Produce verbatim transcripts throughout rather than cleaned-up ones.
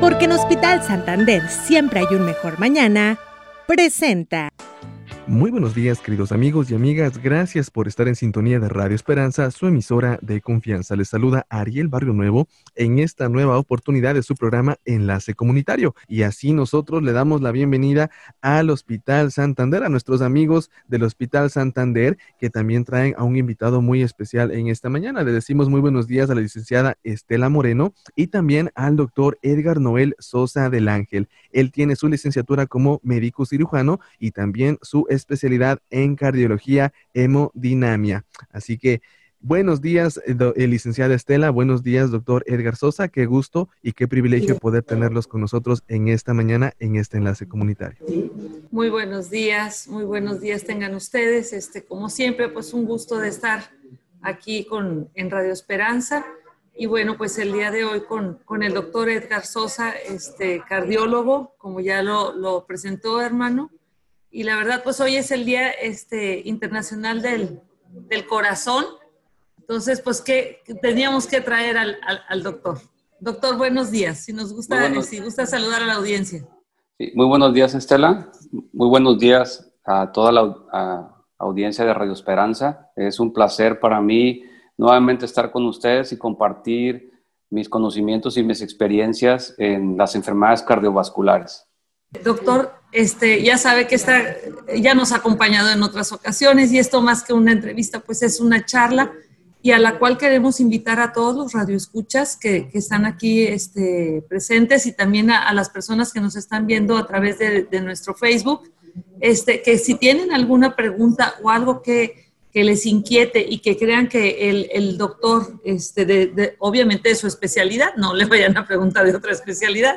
Porque en Hospital Santander siempre hay un mejor mañana, presenta. Muy buenos días, queridos amigos y amigas. Gracias por estar en sintonía de Radio Esperanza, su emisora de confianza. Les saluda Ariel Barrio Nuevo en esta nueva oportunidad de su programa Enlace Comunitario. Y así nosotros le damos la bienvenida al Hospital Santander, a nuestros amigos del Hospital Santander, que también traen a un invitado muy especial en esta mañana. Le decimos muy buenos días a la licenciada Estela Moreno y también al doctor Edgar Noel Sosa del Ángel. Él tiene su licenciatura como médico cirujano y también su especialidad en cardiología hemodinamia. Así que buenos días, eh, licenciada Estela, buenos días, doctor Edgar Sosa, qué gusto y qué privilegio poder tenerlos con nosotros en esta mañana en este enlace comunitario. Muy buenos días, muy buenos días tengan ustedes. Este, como siempre, pues un gusto de estar aquí con, en Radio Esperanza. Y bueno, pues el día de hoy con, con el doctor Edgar Sosa, este, cardiólogo, como ya lo, lo presentó, hermano. Y la verdad, pues hoy es el Día este, Internacional del, del Corazón. Entonces, pues, ¿qué teníamos que traer al, al, al doctor? Doctor, buenos días. Si nos gusta, buenos, si gusta saludar a la audiencia. Sí, muy buenos días, Estela. Muy buenos días a toda la a, audiencia de Radio Esperanza. Es un placer para mí nuevamente estar con ustedes y compartir mis conocimientos y mis experiencias en las enfermedades cardiovasculares. Doctor, este, ya sabe que está, ya nos ha acompañado en otras ocasiones y esto más que una entrevista, pues es una charla y a la cual queremos invitar a todos los radioescuchas que, que están aquí este, presentes y también a, a las personas que nos están viendo a través de, de nuestro Facebook, este, que si tienen alguna pregunta o algo que, que les inquiete y que crean que el, el doctor, este, de, de, obviamente de su especialidad, no le vayan a preguntar de otra especialidad,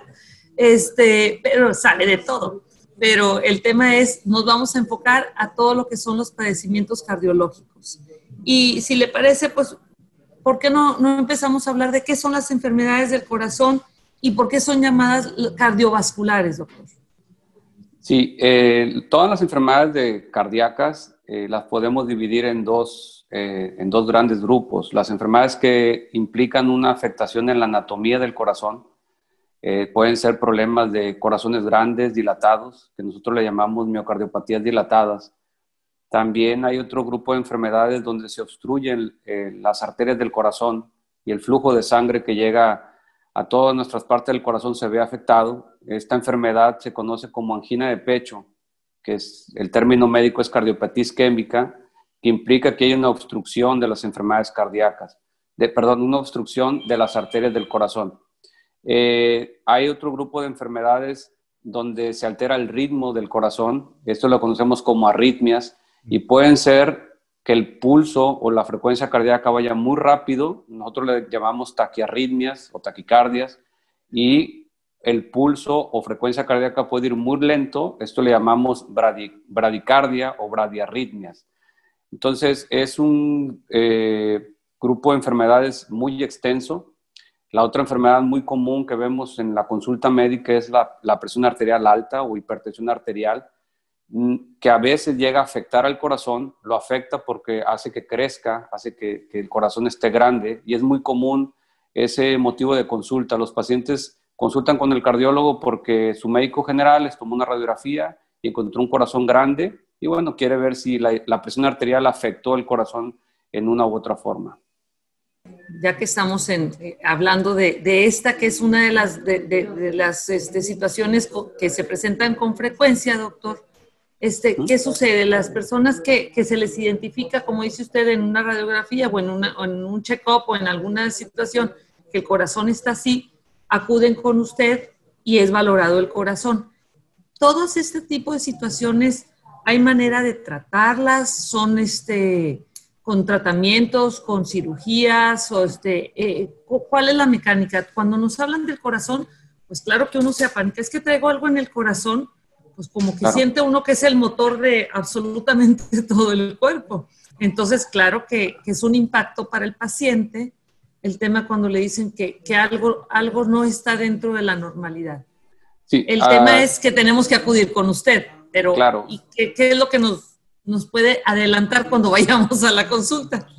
Este, pero sale de todo. Pero el tema es, nos vamos a enfocar a todo lo que son los padecimientos cardiológicos. Y si le parece, pues, ¿por qué no, no empezamos a hablar de qué son las enfermedades del corazón y por qué son llamadas cardiovasculares, doctor? Sí, eh, todas las enfermedades de cardíacas eh, las podemos dividir en dos, eh, en dos grandes grupos. Las enfermedades que implican una afectación en la anatomía del corazón, Eh, pueden ser problemas de corazones grandes, dilatados, que nosotros le llamamos miocardiopatías dilatadas. También hay otro grupo de enfermedades donde se obstruyen eh, las arterias del corazón y el flujo de sangre que llega a todas nuestras partes del corazón se ve afectado. Esta enfermedad se conoce como angina de pecho, que es, el término médico es cardiopatía isquémica, que implica que hay una obstrucción de las enfermedades cardíacas, de, perdón, una obstrucción de las arterias del corazón. Eh, hay otro grupo de enfermedades donde se altera el ritmo del corazón, esto lo conocemos como arritmias, y pueden ser que el pulso o la frecuencia cardíaca vaya muy rápido, nosotros le llamamos taquiarritmias o taquicardias, y el pulso o frecuencia cardíaca puede ir muy lento, esto le llamamos bradi, bradicardia o bradiarritmias. Entonces es un eh, grupo de enfermedades muy extenso. La otra enfermedad muy común que vemos en la consulta médica es la, la presión arterial alta o hipertensión arterial, que a veces llega a afectar al corazón, lo afecta porque hace que crezca, hace que, que el corazón esté grande y es muy común ese motivo de consulta. Los pacientes consultan con el cardiólogo porque su médico general les tomó una radiografía y encontró un corazón grande y bueno, quiere ver si la, la presión arterial afectó el corazón en una u otra forma. Ya que estamos en, eh, hablando de, de esta, que es una de las, de, de, de las este, situaciones que se presentan con frecuencia, doctor, este, ¿qué sucede? Las personas que, que se les identifica, como dice usted, en una radiografía o en, una, o en un check-up o en alguna situación, que el corazón está así, acuden con usted y es valorado el corazón. Todos este tipo de situaciones, ¿hay manera de tratarlas? ¿Son este... con tratamientos, con cirugías, o este, eh, ¿cuál es la mecánica? Cuando nos hablan del corazón, pues claro que uno se apanica, es que traigo algo en el corazón, pues como que claro. Siente uno que es el motor de absolutamente todo el cuerpo. Entonces, claro que, que es un impacto para el paciente, el tema cuando le dicen que, que algo, algo no está dentro de la normalidad. Sí, el uh, tema es que tenemos que acudir con usted, pero claro. ¿y qué, qué es lo que nos... nos puede adelantar cuando vayamos a la consulta?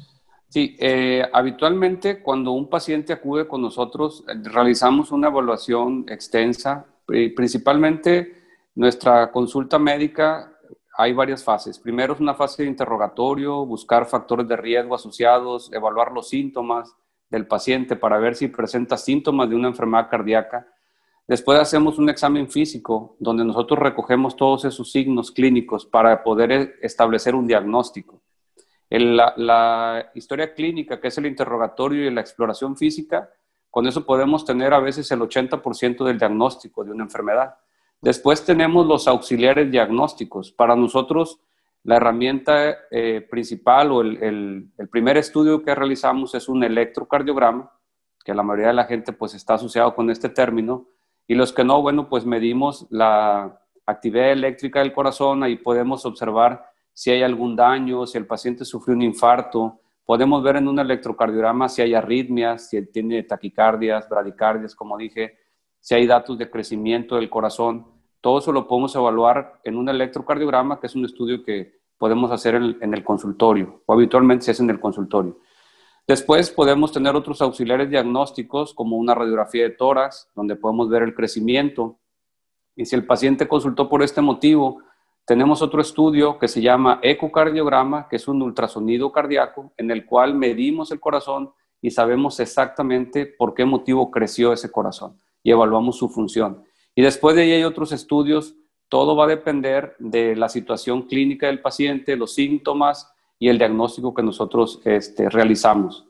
Sí, eh, habitualmente cuando un paciente acude con nosotros, eh, realizamos una evaluación extensa. Eh, principalmente nuestra consulta médica, hay varias fases. Primero es una fase de interrogatorio, buscar factores de riesgo asociados, evaluar los síntomas del paciente para ver si presenta síntomas de una enfermedad cardíaca. Después hacemos un examen físico donde nosotros recogemos todos esos signos clínicos para poder establecer un diagnóstico. En la, la historia clínica, que es el interrogatorio y la exploración física, con eso podemos tener a veces el ochenta por ciento del diagnóstico de una enfermedad. Después tenemos los auxiliares diagnósticos. Para nosotros, la herramienta eh, principal o el, el, el primer estudio que realizamos es un electrocardiograma, que la mayoría de la gente pues está asociado con este término, y los que no, bueno, pues medimos la actividad eléctrica del corazón, ahí podemos observar si hay algún daño, si el paciente sufrió un infarto. Podemos ver en un electrocardiograma si hay arritmias, si tiene taquicardias, bradicardias, como dije, si hay datos de crecimiento del corazón. Todo eso lo podemos evaluar en un electrocardiograma, que es un estudio que podemos hacer en, en el consultorio, o habitualmente se hace en el consultorio. Después podemos tener otros auxiliares diagnósticos, como una radiografía de tórax, donde podemos ver el crecimiento. Y si el paciente consultó por este motivo, tenemos otro estudio que se llama ecocardiograma, que es un ultrasonido cardíaco, en el cual medimos el corazón y sabemos exactamente por qué motivo creció ese corazón y evaluamos su función. Y después de ahí hay otros estudios. Todo va a depender de la situación clínica del paciente, los síntomas y el diagnóstico que nosotros este, realizamos.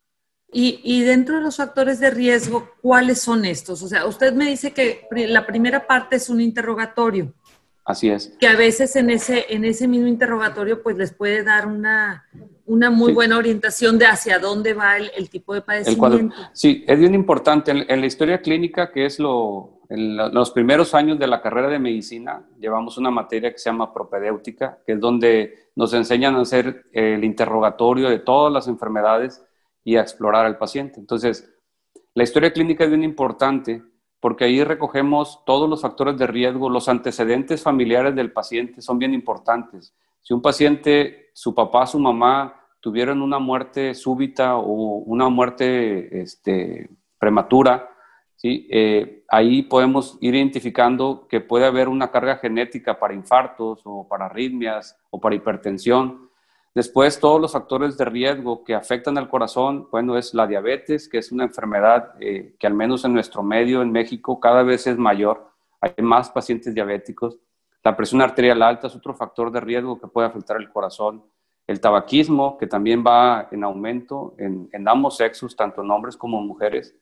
Y, y dentro de los factores de riesgo, ¿cuáles son estos? O sea, usted me dice que la primera parte es un interrogatorio. Así es. Que a veces en ese, en ese mismo interrogatorio pues les puede dar una, una muy sí. buena orientación de hacia dónde va el, el tipo de padecimiento. Sí, es bien importante. En, en la historia clínica, que es lo, en la, los primeros años de la carrera de medicina, llevamos una materia que se llama propedéutica, que es donde nos enseñan a hacer el interrogatorio de todas las enfermedades y a explorar al paciente. Entonces, la historia clínica es bien importante, porque ahí recogemos todos los factores de riesgo, los antecedentes familiares del paciente son bien importantes. Si un paciente, su papá, su mamá, tuvieron una muerte súbita o una muerte este, prematura, ¿sí? eh, ahí podemos ir identificando que puede haber una carga genética para infartos o para arritmias o para hipertensión. Después, todos los factores de riesgo que afectan al corazón, bueno, es la diabetes, que es una enfermedad eh, que al menos en nuestro medio, en México, cada vez es mayor. Hay más pacientes diabéticos. La presión arterial alta es otro factor de riesgo que puede afectar el corazón. El tabaquismo, que también va en aumento en, en ambos sexos, tanto en hombres como en mujeres.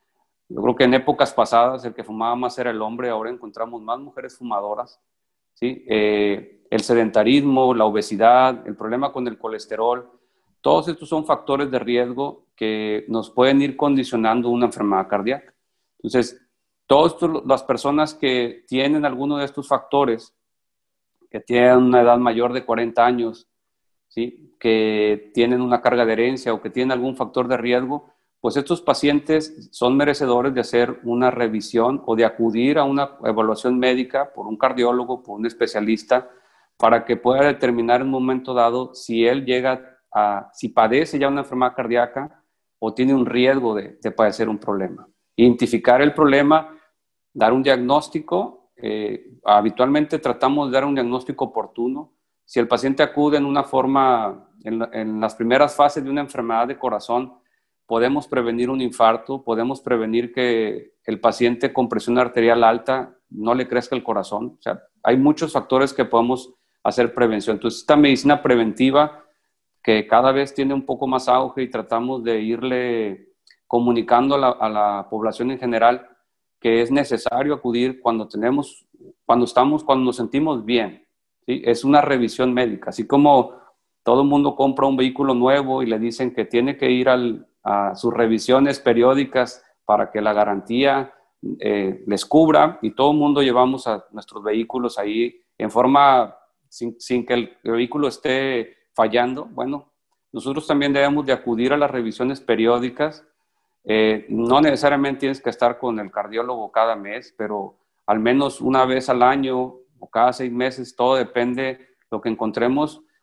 Yo creo que en épocas pasadas el que fumaba más era el hombre, ahora encontramos más mujeres fumadoras, ¿sí? Eh, el sedentarismo, la obesidad, el problema con el colesterol, todos estos son factores de riesgo que nos pueden ir condicionando una enfermedad cardíaca. Entonces, todas las personas que tienen alguno de estos factores, que tienen una edad mayor de cuarenta años, ¿sí? Que tienen una carga de herencia o que tienen algún factor de riesgo, pues estos pacientes son merecedores de hacer una revisión o de acudir a una evaluación médica por un cardiólogo, por un especialista, para que pueda determinar en un momento dado si él llega a, si padece ya una enfermedad cardíaca o tiene un riesgo de, de padecer un problema. Identificar el problema, dar un diagnóstico, eh, habitualmente tratamos de dar un diagnóstico oportuno. Si el paciente acude en una forma, en, en las primeras fases de una enfermedad de corazón, podemos prevenir un infarto, podemos prevenir que el paciente con presión arterial alta no le crezca el corazón. O sea, hay muchos factores que podemos hacer prevención. Entonces, esta medicina preventiva que cada vez tiene un poco más auge y tratamos de irle comunicando a la, a la población en general que es necesario acudir cuando tenemos, cuando estamos, cuando nos sentimos bien, ¿sí? Es una revisión médica. Así como todo el mundo compra un vehículo nuevo y le dicen que tiene que ir al, a sus revisiones periódicas para que la garantía eh, les cubra, y todo el mundo llevamos a nuestros vehículos ahí en forma sin, sin que el vehículo esté fallando. Bueno, nosotros también debemos de acudir a las revisiones periódicas. Eh, no necesariamente tienes que estar con el cardiólogo cada mes, pero al menos una vez al año o cada seis meses, todo depende de lo que encontremos,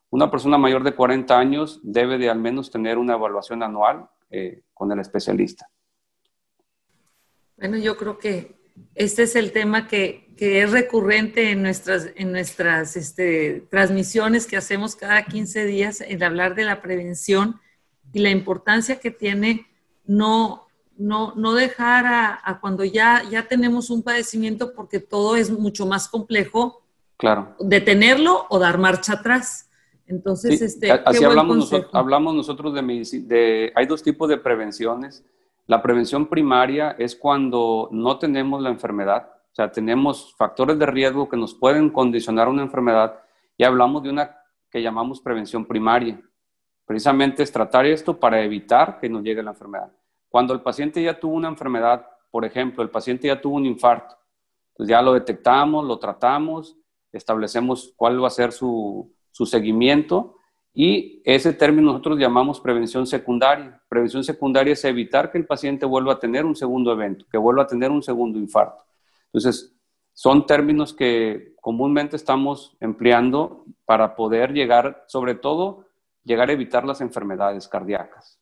Una persona mayor de cuarenta años debe de al menos tener una evaluación anual eh, con el especialista. Bueno, yo creo que este es el tema que, que es recurrente en nuestras, en nuestras este, transmisiones que hacemos cada quince días, el hablar de la prevención y la importancia que tiene no, no, no dejar a, a cuando ya, ya tenemos un padecimiento, porque todo es mucho más complejo, claro, detenerlo o dar marcha atrás. Entonces, sí, este, así qué buen hablamos, consejo. nosotros, hablamos nosotros de, medici- de, hay dos tipos de prevenciones. La prevención primaria es cuando no tenemos la enfermedad, o sea, tenemos factores de riesgo que nos pueden condicionar una enfermedad, y hablamos de una que llamamos prevención primaria. Precisamente es tratar esto para evitar que nos llegue la enfermedad. Cuando el paciente ya tuvo una enfermedad, por ejemplo, el paciente ya tuvo un infarto, pues ya lo detectamos, lo tratamos, establecemos cuál va a ser su, su seguimiento, y ese término nosotros llamamos prevención secundaria. Prevención secundaria es evitar que el paciente vuelva a tener un segundo evento, que vuelva a tener un segundo infarto. Entonces, son términos que comúnmente estamos empleando para poder llegar, sobre todo, llegar a evitar las enfermedades cardíacas.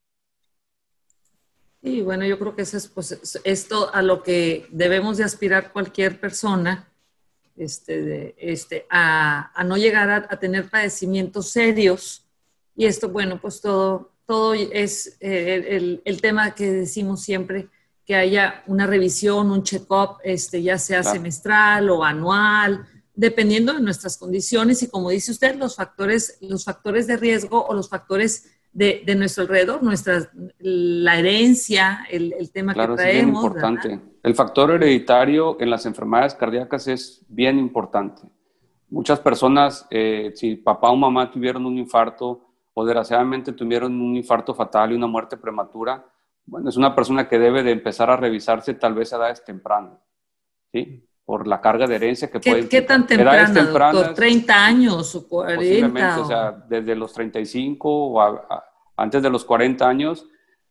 Y bueno, yo creo que eso es pues, esto a lo que debemos de aspirar cualquier persona, este, de, este, a, a no llegar a, a tener padecimientos serios. Y esto, bueno, pues todo, todo es eh, el, el tema que decimos siempre, que haya una revisión, un check-up, este, ya sea Claro. semestral o anual, dependiendo de nuestras condiciones y, como dice usted, los factores, los factores de riesgo o los factores de, de nuestro alrededor, nuestra, la herencia, el, el tema Claro, que es bien traemos. importante. ¿Verdad? El factor hereditario en las enfermedades cardíacas es bien importante. Muchas personas, eh, si papá o mamá tuvieron un infarto o desgraciadamente tuvieron un infarto fatal y una muerte prematura, bueno, es una persona que debe de empezar a revisarse tal vez a edades tempranas, ¿sí? Por la carga de herencia que puede ¿Qué, ¿Qué tan temprana, doctor? ¿treinta años o cuarenta? Posiblemente, o... o sea, desde los treinta y cinco o a, a, antes de los cuarenta años,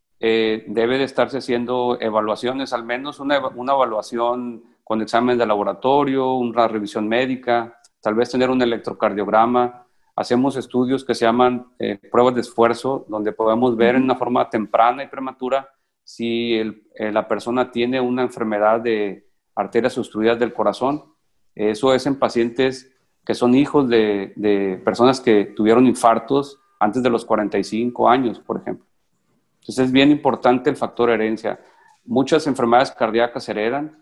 eh, debe de estarse haciendo evaluaciones, al menos una, una evaluación con examen de laboratorio, una revisión médica, tal vez tener un electrocardiograma. Hacemos estudios que se llaman eh, pruebas de esfuerzo, donde podemos ver en una forma temprana y prematura si el, eh, la persona tiene una enfermedad de arterias obstruidas del corazón. Eso es en pacientes que son hijos de, de personas que tuvieron infartos antes de los cuarenta y cinco años, por ejemplo. Entonces es bien importante el factor herencia. Muchas enfermedades cardíacas heredan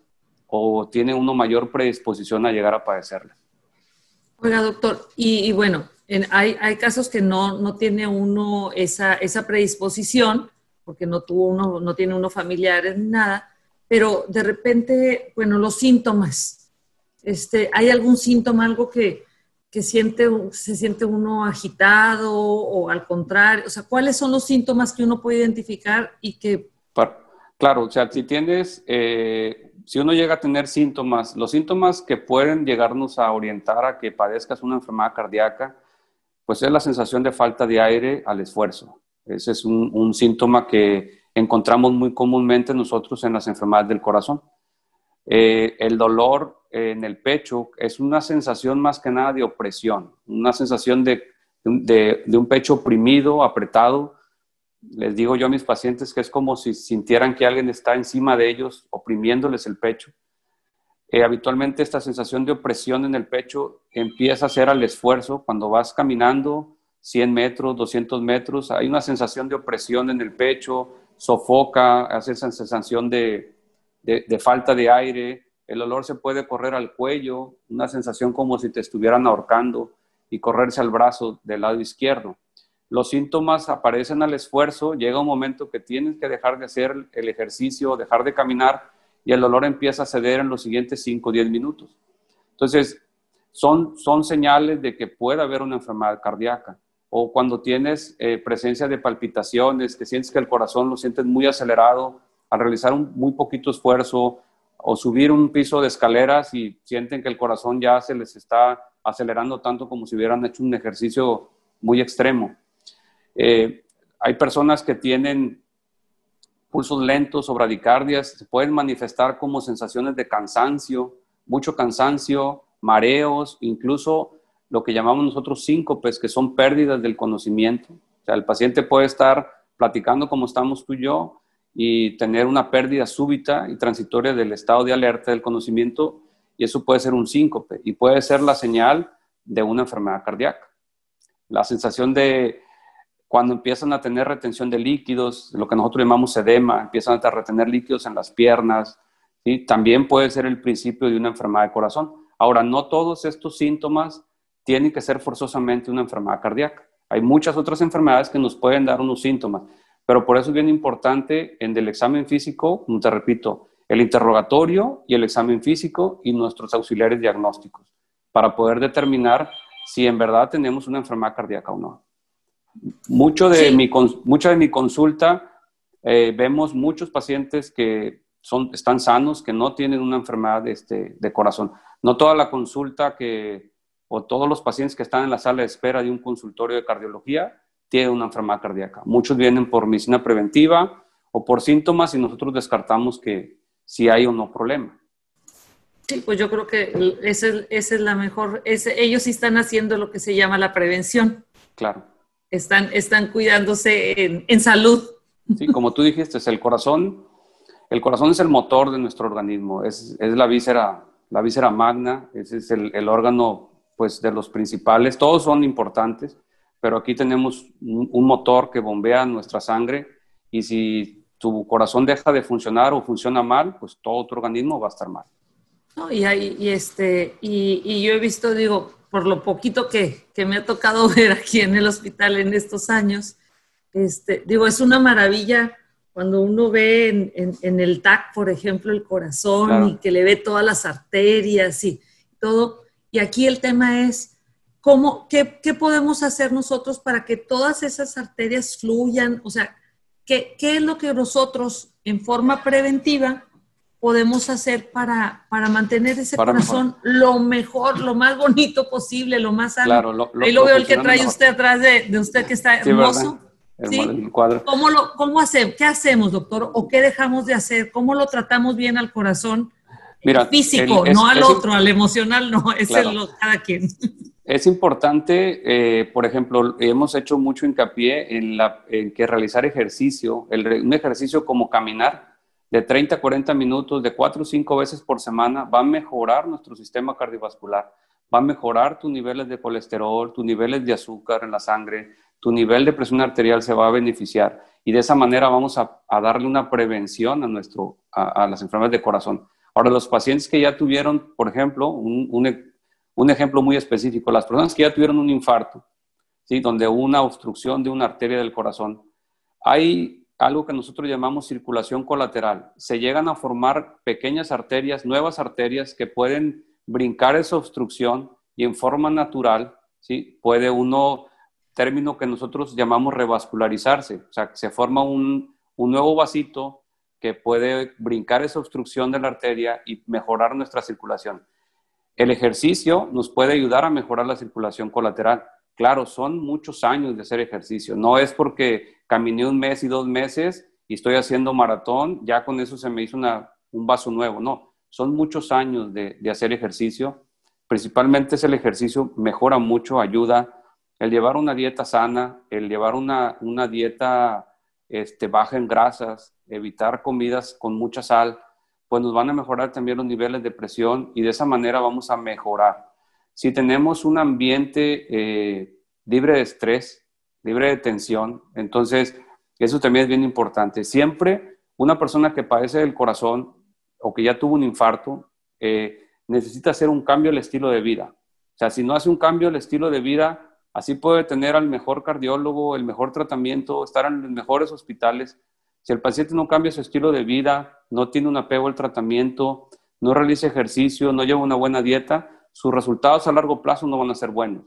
o tiene uno mayor predisposición a llegar a padecerlas. Oiga, doctor, y, y bueno, en, hay, hay casos que no, no tiene uno esa, esa predisposición, porque no tuvo uno, no tiene uno familiares ni nada, pero de repente, bueno, los síntomas, este, ¿hay algún síntoma, algo que, que siente, se siente uno agitado o al contrario? O sea, ¿cuáles son los síntomas que uno puede identificar y que... Claro, o sea, si tienes, eh, si uno llega a tener síntomas, los síntomas que pueden llegarnos a orientar a que padezcas una enfermedad cardíaca, pues es la sensación de falta de aire al esfuerzo. Ese es un, un síntoma que encontramos muy comúnmente nosotros en las enfermedades del corazón. Eh, el dolor en el pecho es una sensación más que nada de opresión, una sensación de, de, de un pecho oprimido, apretado. Les digo yo a mis pacientes que es como si sintieran que alguien está encima de ellos, oprimiéndoles el pecho. Eh, habitualmente esta sensación de opresión en el pecho empieza a ser al esfuerzo. Cuando vas caminando cien metros, doscientos metros, hay una sensación de opresión en el pecho, sofoca, hace esa sensación de, de, de falta de aire. El dolor se puede correr al cuello, una sensación como si te estuvieran ahorcando y correrse al brazo del lado izquierdo. Los síntomas aparecen al esfuerzo, llega un momento que tienes que dejar de hacer el ejercicio, dejar de caminar y el dolor empieza a ceder en los siguientes cinco o diez minutos. Entonces, son, son señales de que puede haber una enfermedad cardíaca. O cuando tienes eh, presencia de palpitaciones, que sientes que el corazón lo sientes muy acelerado al realizar un muy poquito esfuerzo o subir un piso de escaleras y sienten que el corazón ya se les está acelerando tanto como si hubieran hecho un ejercicio muy extremo. Eh, hay personas que tienen pulsos lentos o bradicardias, se pueden manifestar como sensaciones de cansancio, mucho cansancio, mareos, incluso lo que llamamos nosotros síncopes, que son pérdidas del conocimiento. O sea, el paciente puede estar platicando como estamos tú y yo y tener una pérdida súbita y transitoria del estado de alerta del conocimiento, y eso puede ser un síncope y puede ser la señal de una enfermedad cardíaca. La sensación de cuando empiezan a tener retención de líquidos, lo que nosotros llamamos edema, empiezan a retener líquidos en las piernas, ¿sí? También puede ser el principio de una enfermedad de corazón. Ahora, no todos estos síntomas tienen que ser forzosamente una enfermedad cardíaca. Hay muchas otras enfermedades que nos pueden dar unos síntomas, pero por eso es bien importante en el examen físico, como te repito, el interrogatorio y el examen físico y nuestros auxiliares diagnósticos, para poder determinar si en verdad tenemos una enfermedad cardíaca o no. Mucho de, sí. mi, mucha de mi consulta, eh, vemos muchos pacientes que son, están sanos, que no tienen una enfermedad de, este, de corazón. No toda la consulta que, o todos los pacientes que están en la sala de espera de un consultorio de cardiología tienen una enfermedad cardíaca. Muchos vienen por medicina preventiva o por síntomas y nosotros descartamos que si hay o no problema. Sí, pues yo creo que esa es, esa es la mejor, ese, ellos sí están haciendo lo que se llama la prevención. Claro. Están, están cuidándose en, en salud. Sí, como tú dijiste, es el corazón, el corazón es el motor de nuestro organismo, es, es la víscera, la víscera magna, ese es el, el órgano pues, de los principales, todos son importantes, pero aquí tenemos un, un motor que bombea nuestra sangre y si tu corazón deja de funcionar o funciona mal, pues todo tu organismo va a estar mal. No, y, hay, y, este, y, y yo he visto, digo, por lo poquito que, que me ha tocado ver aquí en el hospital en estos años, este, digo, es una maravilla cuando uno ve en, en, en el T A C, por ejemplo, el corazón, claro, y que le ve todas las arterias y todo. Y aquí el tema es, ¿cómo, qué, qué podemos hacer nosotros para que todas esas arterias fluyan? O sea, ¿qué, qué es lo que nosotros en forma preventiva podemos hacer para, para mantener ese para corazón mejor. lo mejor, lo más bonito posible, lo más sano? Claro, lo, lo, Ahí lo, lo veo el que trae mejor. usted atrás de, de usted, que está sí, hermoso. El, ¿sí? el cuadro. ¿Cómo lo, cómo hacemos? ¿Qué hacemos, doctor? ¿O qué dejamos de hacer? ¿Cómo lo tratamos bien al corazón? Mira, físico, el, es, no al es, otro, al emocional no, es claro. el, cada quien. Es importante, eh, por ejemplo, hemos hecho mucho hincapié en, la, en que realizar ejercicio, el, un ejercicio como caminar, de treinta a cuarenta minutos, de cuatro o cinco veces por semana, va a mejorar nuestro sistema cardiovascular, va a mejorar tus niveles de colesterol, tus niveles de azúcar en la sangre, tu nivel de presión arterial se va a beneficiar y de esa manera vamos a, a darle una prevención a, nuestro, a, a las enfermedades de corazón. Ahora, los pacientes que ya tuvieron, por ejemplo, un, un, un ejemplo muy específico, las personas que ya tuvieron un infarto, ¿sí? Donde hubo una obstrucción de una arteria del corazón, hay algo que nosotros llamamos circulación colateral. Se llegan a formar pequeñas arterias, nuevas arterias que pueden brincar esa obstrucción y en forma natural, ¿sí? Puede uno, término que nosotros llamamos revascularizarse, o sea, se forma un, un nuevo vasito que puede brincar esa obstrucción de la arteria y mejorar nuestra circulación. El ejercicio nos puede ayudar a mejorar la circulación colateral. Claro, son muchos años de hacer ejercicio. No es porque caminé un mes y dos meses y estoy haciendo maratón, ya con eso se me hizo una, un vaso nuevo. No, son muchos años de, de hacer ejercicio. Principalmente es el ejercicio, mejora mucho, ayuda. El llevar una dieta sana, el llevar una, una dieta este, baja en grasas, evitar comidas con mucha sal, pues nos van a mejorar también los niveles de presión y de esa manera vamos a mejorar. Si tenemos un ambiente eh, libre de estrés, libre de tensión, entonces eso también es bien importante. Siempre una persona que padece del corazón o que ya tuvo un infarto eh, necesita hacer un cambio al estilo de vida. O sea, si no hace un cambio al estilo de vida, así puede tener al mejor cardiólogo, el mejor tratamiento, estar en los mejores hospitales. Si el paciente no cambia su estilo de vida, no tiene un apego al tratamiento, no realiza ejercicio, no lleva una buena dieta, sus resultados a largo plazo no van a ser buenos.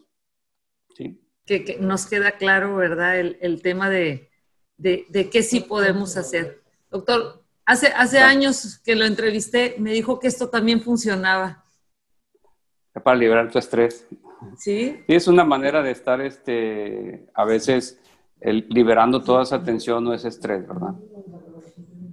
¿Sí? Que, que nos queda claro, ¿verdad? El, el tema de, de, de qué sí podemos hacer. Doctor, hace, hace claro. años que lo entrevisté, me dijo que esto también funcionaba. Para liberar tu estrés. Sí. Sí, es una manera de estar este, a veces el, liberando toda esa tensión o ese estrés, ¿verdad?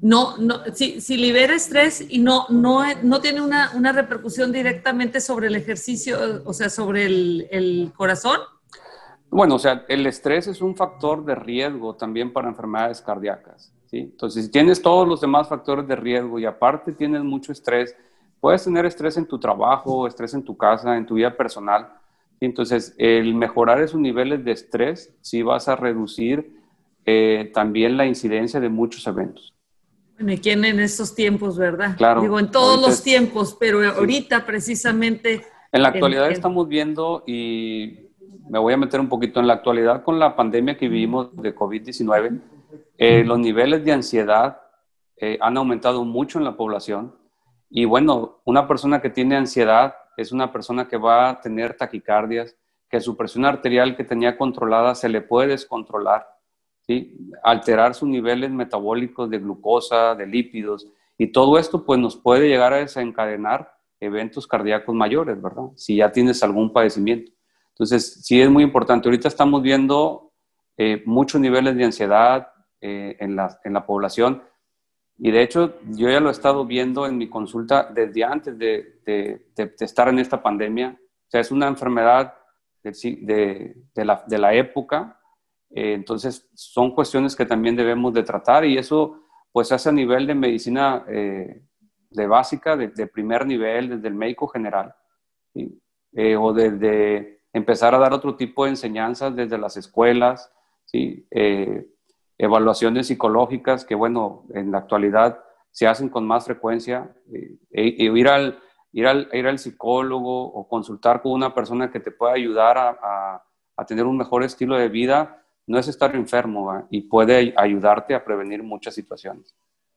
no, no, si, si libera estrés y no, no, no tiene una, una repercusión directamente sobre el ejercicio, o sea, sobre el, el corazón. Bueno, o sea, el estrés es un factor de riesgo también para enfermedades cardíacas, ¿sí? Entonces, si tienes todos los demás factores de riesgo y aparte tienes mucho estrés, puedes tener estrés en tu trabajo, estrés en tu casa, en tu vida personal. ¿Sí? Entonces, el mejorar esos niveles de estrés, sí vas a reducir eh, también la incidencia de muchos eventos. Bueno, ¿y quién en estos tiempos, verdad? Claro. Digo, en todos los es, tiempos, pero sí. ahorita precisamente... En la actualidad en, en... estamos viendo, y me voy a meter un poquito en la actualidad con la pandemia que vivimos de COVID diecinueve, eh, los niveles de ansiedad eh, han aumentado mucho en la población. Y bueno, una persona que tiene ansiedad es una persona que va a tener taquicardias, que su presión arterial que tenía controlada se le puede descontrolar, ¿sí? Alterar sus niveles metabólicos de glucosa, de lípidos, y todo esto pues nos puede llegar a desencadenar eventos cardíacos mayores, ¿verdad? Si ya tienes algún padecimiento. Entonces, sí es muy importante. Ahorita estamos viendo eh, muchos niveles de ansiedad eh, en, la, en la población, y de hecho yo ya lo he estado viendo en mi consulta desde antes de, de, de, de estar en esta pandemia. O sea, es una enfermedad de, de, de, la, de la época. Eh, entonces, son cuestiones que también debemos de tratar, y eso pues se hace a nivel de medicina eh, de básica, de, de primer nivel, desde el médico general, ¿sí? eh, o desde empezar a dar otro tipo de enseñanzas desde las escuelas, ¿sí? Eh, evaluaciones psicológicas que, bueno, en la actualidad se hacen con más frecuencia, eh, e, e ir, al, ir, al, ir al psicólogo o consultar con una persona que te pueda ayudar a, a, a tener un mejor estilo de vida. No es estar enfermo, ¿eh? Y puede ayudarte a prevenir muchas situaciones.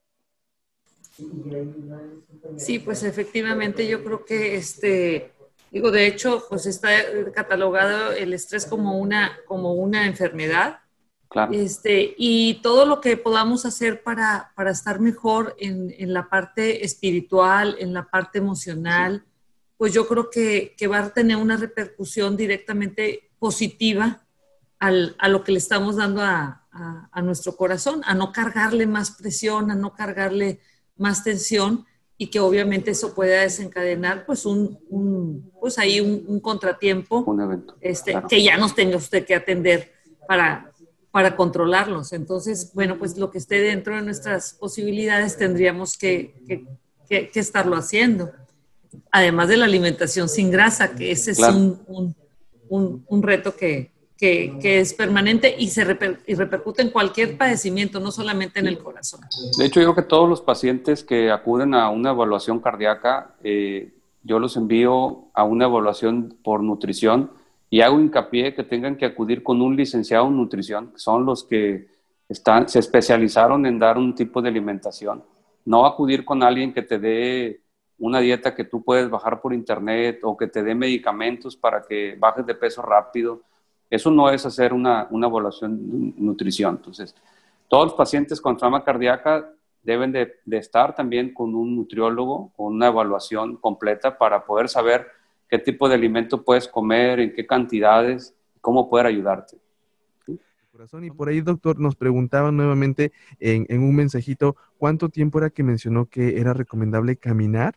Sí, pues efectivamente yo creo que, este, digo, de hecho, pues está catalogado el estrés como una, como una enfermedad. Claro. Este, y todo lo que podamos hacer para, para estar mejor en, en la parte espiritual, en la parte emocional, sí, pues yo creo que, que va a tener una repercusión directamente positiva Al, a lo que le estamos dando a, a, a nuestro corazón, a no cargarle más presión, a no cargarle más tensión, y que obviamente eso pueda desencadenar pues un, un pues ahí un, un contratiempo, un evento, este, claro, que ya nos tenga usted que atender para, para controlarlos. Entonces, bueno, pues lo que esté dentro de nuestras posibilidades tendríamos que, que, que, que estarlo haciendo. Además de la alimentación sin grasa, que ese claro, es un, un, un, un reto que Que, que es permanente y, se reper, y repercute en cualquier padecimiento, no solamente en el corazón. De hecho, yo creo que todos los pacientes que acuden a una evaluación cardíaca, eh, yo los envío a una evaluación por nutrición, y hago hincapié que tengan que acudir con un licenciado en nutrición, que son los que están, se especializaron en dar un tipo de alimentación. No acudir con alguien que te dé una dieta que tú puedes bajar por internet, o que te dé medicamentos para que bajes de peso rápido. Eso no es hacer una, una evaluación de nutrición. Entonces, todos los pacientes con trauma cardíaca deben de, de estar también con un nutriólogo, con una evaluación completa para poder saber qué tipo de alimento puedes comer, en qué cantidades, cómo poder ayudarte. ¿Sí? Y por ahí, doctor, nos preguntaban nuevamente en, en un mensajito, ¿cuánto tiempo era que mencionó que era recomendable caminar?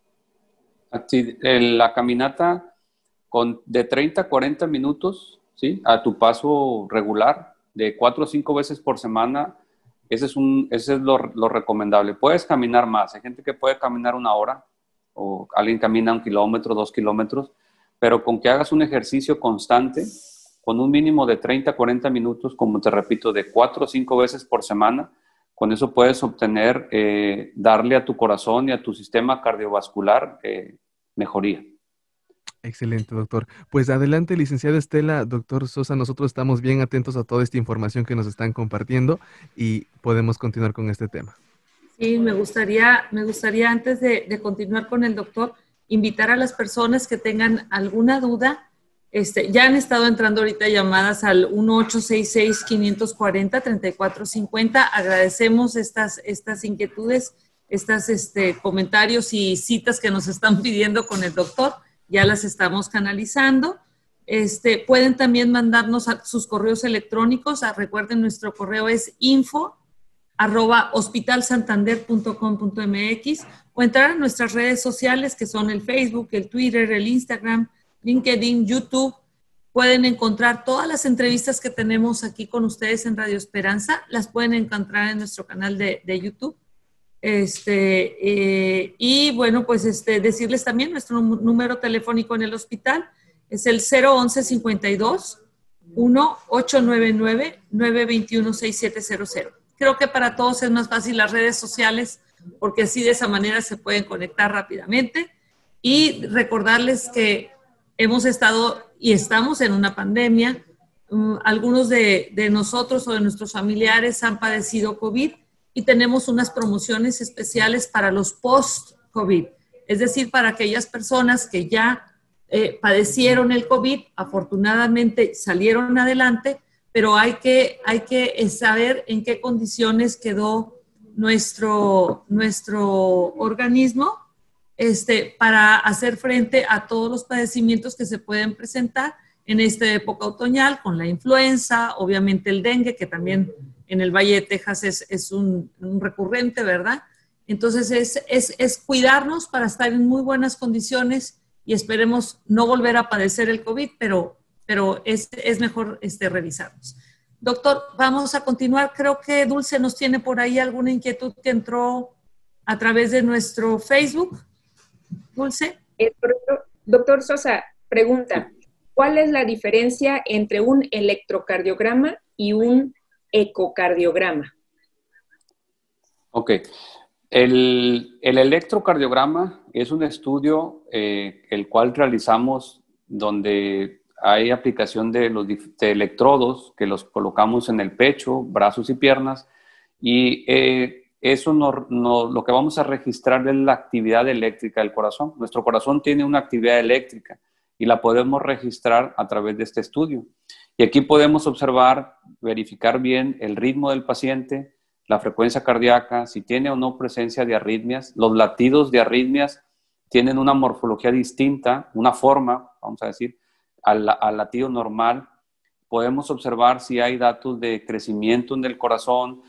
Sí, la caminata con de treinta a cuarenta minutos, ¿sí? A tu paso regular, de cuatro o cinco veces por semana, ese es, un, ese es lo, lo recomendable. Puedes caminar más, hay gente que puede caminar una hora, o alguien camina un kilómetro, dos kilómetros, pero con que hagas un ejercicio constante, con un mínimo de treinta a cuarenta minutos, como te repito, de cuatro o cinco veces por semana, con eso puedes obtener, eh, darle a tu corazón y a tu sistema cardiovascular eh, mejoría. Excelente, doctor. Pues adelante, licenciada Estela, doctor Sosa, nosotros estamos bien atentos a toda esta información que nos están compartiendo y podemos continuar con este tema. Sí, me gustaría, me gustaría antes de, de continuar con el doctor, invitar a las personas que tengan alguna duda. Este, ya han estado entrando ahorita llamadas al uno ocho seis seis, cinco cuatro cero, tres cuatro cinco cero. Agradecemos estas, estas inquietudes, estos este, comentarios y citas que nos están pidiendo con el doctor. Ya las estamos canalizando. Este, pueden también mandarnos a sus correos electrónicos. A, recuerden, nuestro correo es info arroba hospitalsantander punto com punto mx o entrar a nuestras redes sociales que son el Facebook, el Twitter, el Instagram, LinkedIn, YouTube. Pueden encontrar todas las entrevistas que tenemos aquí con ustedes en Radio Esperanza, las pueden encontrar en nuestro canal de, de YouTube. Este, eh, y bueno, pues este, decirles también nuestro número telefónico en el hospital es el cero once cincuenta y dos, uno ocho nueve nueve, nueve dos uno, seis siete cero cero. Creo que para todos es más fácil las redes sociales porque así de esa manera se pueden conectar rápidamente y recordarles que hemos estado y estamos en una pandemia. Um, algunos de, de nosotros o de nuestros familiares han padecido COVID y tenemos unas promociones especiales para los post-COVID, es decir, para aquellas personas que ya eh, padecieron el COVID, afortunadamente salieron adelante, pero hay que, hay que saber en qué condiciones quedó nuestro, nuestro organismo este, para hacer frente a todos los padecimientos que se pueden presentar en esta época otoñal, con la influenza, obviamente el dengue, que también en el Valle de Texas es, es un, un recurrente, ¿verdad? Entonces es, es, es cuidarnos para estar en muy buenas condiciones y esperemos no volver a padecer el COVID, pero, pero es, es mejor este, revisarnos. Doctor, vamos a continuar. Creo que Dulce nos tiene por ahí alguna inquietud que entró a través de nuestro Facebook. Dulce. Eh, doctor Sosa, pregunta, ¿cuál es la diferencia entre un electrocardiograma y un ecocardiograma? Ok. El, el electrocardiograma es un estudio eh, el cual realizamos donde hay aplicación de los de electrodos que los colocamos en el pecho, brazos y piernas y eh, eso no, no, lo que vamos a registrar es la actividad eléctrica del corazón. Nuestro corazón tiene una actividad eléctrica y la podemos registrar a través de este estudio. Y aquí podemos observar, verificar bien el ritmo del paciente, la frecuencia cardíaca, si tiene o no presencia de arritmias. Los latidos de arritmias tienen una morfología distinta, una forma, vamos a decir, al, al latido normal. Podemos observar si hay datos de crecimiento en el corazón